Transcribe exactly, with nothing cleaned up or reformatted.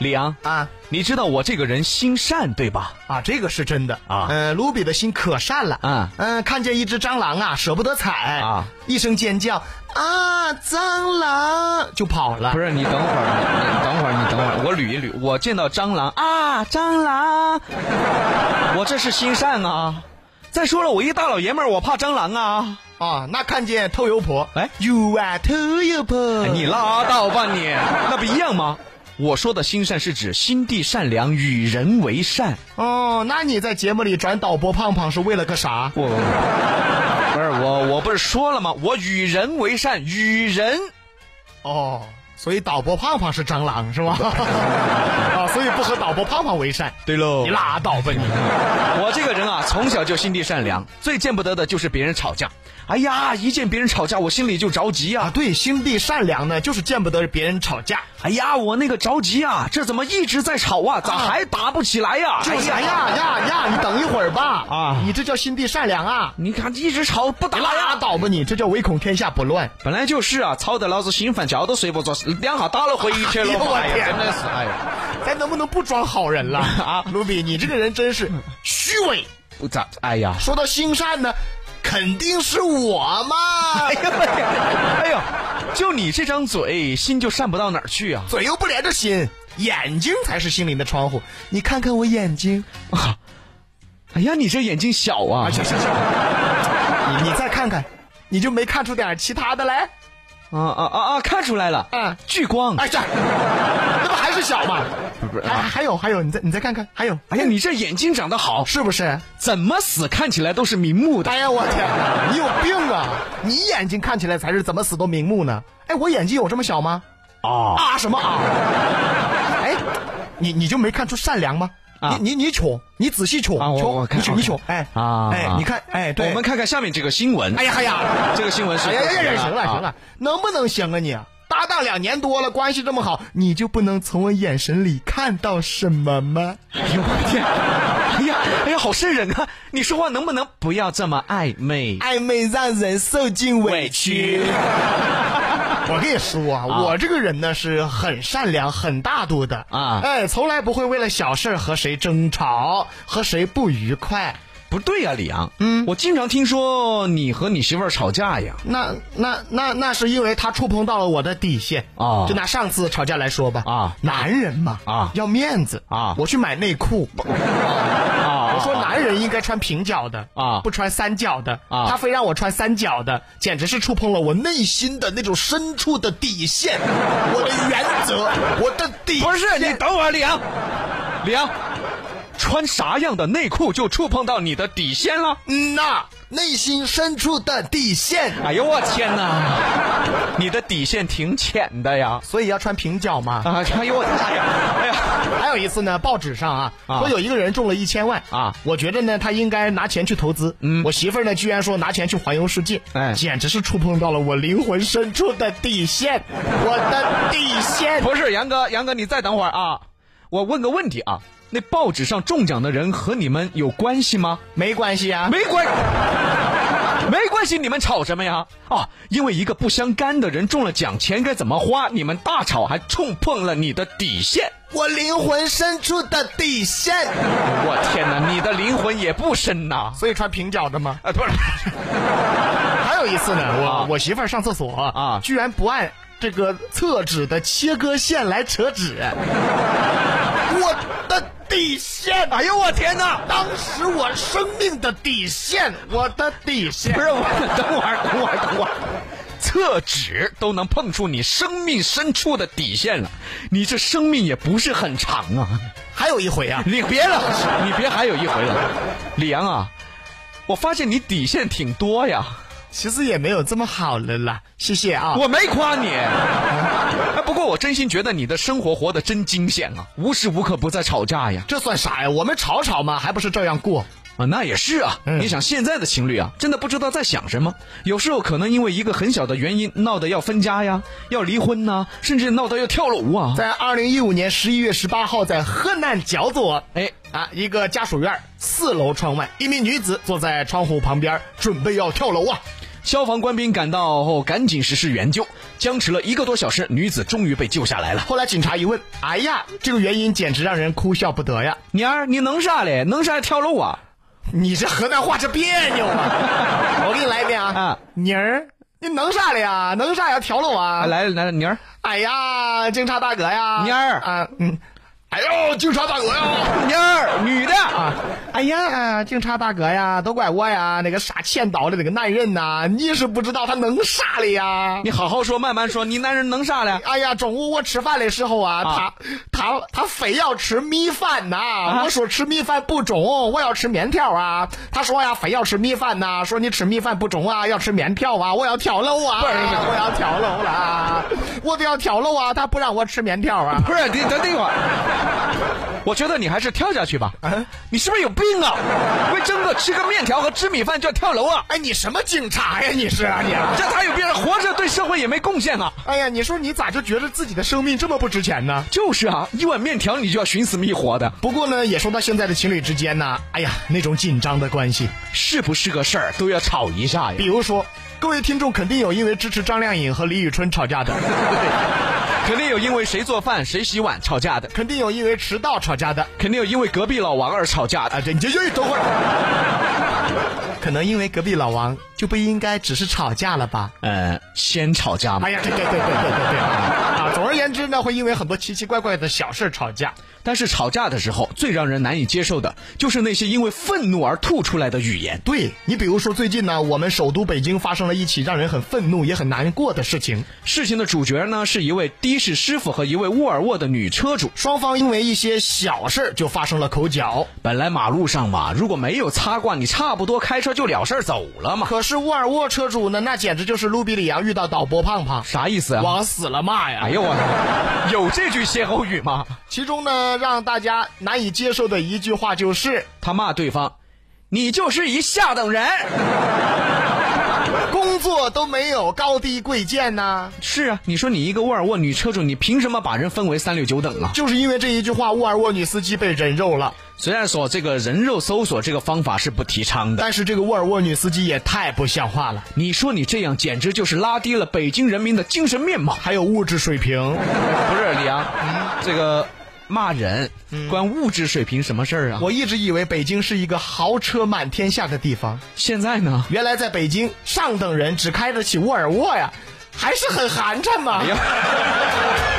李阳啊， 你知道我这个人心善对吧？ 啊，这个是真的啊。 呃，卢比的心可善了啊。 嗯、呃，看见一只蟑螂啊，舍不得踩啊， 一声尖叫啊，蟑螂就跑了。 不是，你等会儿，你等会儿，你等会儿，我捋一捋。我见到蟑螂啊，蟑螂，我这是心善啊。再说了，我一大老爷们儿，我怕蟑螂啊。 啊，那看见偷油婆， 哎 ，You are 偷油婆， 你拉倒吧你，那不一样吗？我说的心善是指心地善良，与人为善。 哦，那你在节目里转导播胖胖是为了个啥？ 我不是我，我不是说了吗？我与人为善，与人。 哦，所以导播胖胖是蟑螂是吗？啊，所以不和导播胖胖为善。 对喽， 你拉倒吧你！ 我这个人啊，从小就心地善良，最见不得的就是别人吵架。哎呀，一见别人吵架，我心里就着急啊！ 啊，对，心地善良呢，就是见不得别人吵架。 哎呀，我那个着急啊，这怎么一直在吵啊？咋还打不起来呀？ 就是哎呀呀呀！你等一会儿吧！ 啊， 你这叫心地善良啊！ 你看一直吵不打呀， 拉倒吧你！这叫唯恐天下不乱。 本来就是啊，吵得老子心烦，觉都睡不着，两下打了回去了。 我天， 真的是哎呀！ 咱能不能不装好人了啊？卢比，你这个人真是虚伪。 不咋，哎呀， 说到心善呢，肯定是我嘛！ 哎呀，哎呀，就你这张嘴，心就善不到哪儿去啊！ 嘴又不连着心，眼睛才是心灵的窗户。你看看我眼睛啊！哎呀，你这眼睛小啊！ 行行行，你你再看看，你就没看出点其他的来？ 啊啊啊啊！看出来了， 啊， 聚光！ 哎呀，那不还是小吗？ 不是， 还还有还有，你再你再看看，还有， 哎呀，你这眼睛长得好， 是不是？ 怎么死看起来都是明目的？ 哎呀，我天哪，你有病啊！你眼睛看起来才是怎么死都明目呢？哎，我眼睛有这么小吗？ 啊啊什么啊？哎，你你就没看出善良吗？ 啊、 你你你瞅，你仔细瞅， 啊、 瞅，你瞅你瞅，哎啊， 哎，你看，哎，对， 我们看看下面这个新闻。 哎呀哎呀， 这个新闻是， 哎呀呀呀，行了行了，能不能行啊你？搭档两年多了，关系这么好，你就不能从我眼神里看到什么吗？ 哎呦我天！哎呀哎呀，好瘆人啊！你说话能不能不要这么暧昧？ 暧昧让人受尽委屈。我跟你说啊，我这个人呢是很善良、很大度的啊，哎，从来不会为了小事和谁争吵，和谁不愉快。 不对呀、啊，李阳，嗯，我经常听说你和你媳妇儿吵架呀。 那那那那是因为他触碰到了我的底线啊。就拿上次吵架来说吧，啊，男人嘛，啊，要面子啊。我去买内裤，啊，我说男人应该穿平角的啊，不穿三角的啊，他非让我穿三角的，简直是触碰了我内心的那种深处的底线，我的原则，我的底线。 不是，你等会儿，李阳，李阳。穿啥样的内裤就触碰到你的底线了？ 嗯呐，内心深处的底线。 哎呦我天哪，你的底线挺浅的呀， 所以要穿平角嘛。 啊，哎呦我哎呀，哎呀， 还有一次呢，报纸上啊，说有一个人中了一千万啊，我觉得呢他应该拿钱去投资。嗯，我媳妇儿呢居然说拿钱去环游世界，哎，简直是触碰到了我灵魂深处的底线，我的底线。 不是杨哥，杨哥你再等会儿啊，我问个问题啊。那报纸上中奖的人和你们有关系吗？ 没关系啊， 没关，没关系，你们吵什么呀？啊，因为一个不相干的人中了奖，钱该怎么花？你们大吵，还触碰了你的底线， 我灵魂深处的底线。 我天哪，你的灵魂也不深呐， 所以穿平角的吗？ 啊，不是。 还有一次呢，我、啊、我媳妇儿上厕所啊，居然不按这个厕纸的切割线来扯纸，我的底线！ 哎呦我天哪！ 当时我生命的底线，我的底线。 不是，我等会儿，等会儿，等会儿。厕纸都能碰触你生命深处的底线了，你这生命也不是很长啊。 还有一回啊， 你别了，你别还有一回了，李阳啊，我发现你底线挺多呀。 其实也没有这么好了啦，谢谢啊。 我没夸你，哎，不过我真心觉得你的生活活得真惊险啊，无时无刻不在吵架呀。 这算啥呀？我们吵吵嘛，还不是这样过啊？那也是啊。嗯、你想现在的情侣啊，真的不知道在想什么，有时候可能因为一个很小的原因闹得要分家呀，要离婚呐、啊，甚至闹得要跳楼啊。 在二零一五年十一月十八号，在河南焦作， 哎。 啊，一个家属院四楼窗外，一名女子坐在窗户旁边，准备要跳楼啊。 消防官兵赶到后赶紧实施援救，僵持了一个多小时，女子终于被救下来了。 后来警察一问，哎呀，这个原因简直让人哭笑不得呀！ 妮儿，你能啥嘞？能啥跳楼啊？ 你这河南话这别扭啊！我给你来一遍啊！啊，妮儿，你能啥了呀？能啥要跳楼啊？ 来来，妮儿。 哎呀，警察大哥呀！ 妮儿啊，嗯。哎呦，警察大哥呀！ 妮儿，女的啊！ 哎呀，警察大哥呀，都怪我呀！那个杀千刀的那个男人呐，你是不知道他能啥了呀！ 你好好说，慢慢说，你男人能啥了？ 哎呀，中午我吃饭的时候啊，啊他他他非要吃米饭呐！啊、我说吃米饭不中，我要吃面条啊！他说呀，非要吃米饭呐，说你吃米饭不中啊，要吃面条啊！我要跳楼啊！不是，我要跳楼了，我都要跳楼啊！他不让我吃面条啊！ 不是，你等等一会儿。我觉得你还是跳下去吧。啊、你是不是有病啊？为争个吃个面条和吃米饭就要跳楼啊？ 哎，你什么警察呀？你是啊你？ 这他有病人活着对社会也没贡献啊！ 哎呀，你说你咋就觉得自己的生命这么不值钱呢？ 就是啊，一碗面条你就要寻死觅活的。 不过呢，也说到现在的情侣之间呢，哎呀，那种紧张的关系， 是不是个事儿都要吵一下呀？ 比如说，各位听众肯定有因为支持张靓颖和李宇春吵架的。 肯定有因为谁做饭谁洗碗吵架的， 肯定有因为迟到吵架的， 肯定有因为隔壁老王而吵架的。 啊，这你就等会儿。可能因为隔壁老王就不应该只是吵架了吧？ 呃，先吵架嘛。 哎呀，对对对对对对对啊！总而言之呢，会因为很多奇奇怪怪的小事吵架。 但是吵架的时候，最让人难以接受的就是那些因为愤怒而吐出来的语言。 对，你比如说最近呢，我们首都北京发生了一起让人很愤怒也很难过的事情。 事情的主角呢是一位的士师傅和一位沃尔沃的女车主， 双方因为一些小事就发生了口角。 本来马路上嘛，如果没有擦挂，你差不多开车就了事走了嘛。 可是沃尔沃车主呢，那简直就是卢比里昂遇到导播胖胖。 啥意思啊？ 往死了骂呀！ 哎呦我，有这句歇后语吗？ 其中呢，让大家难以接受的一句话就是， 他骂对方，你就是一下等人。 工作都没有高低贵贱呐。 是啊，你说你一个沃尔沃女车主，你凭什么把人分为三六九等啊？ 就是因为这一句话，沃尔沃女司机被人肉了。 虽然说这个人肉搜索这个方法是不提倡的， 但是这个沃尔沃女司机也太不像话了。 你说你这样简直就是拉低了北京人民的精神面貌， 还有物质水平。 不是李阳，嗯、这个骂人、嗯、关物质水平什么事儿啊？ 我一直以为北京是一个豪车满天下的地方， 现在呢？ 原来在北京上等人只开得起沃尔沃呀，还是很寒碜嘛。哎呀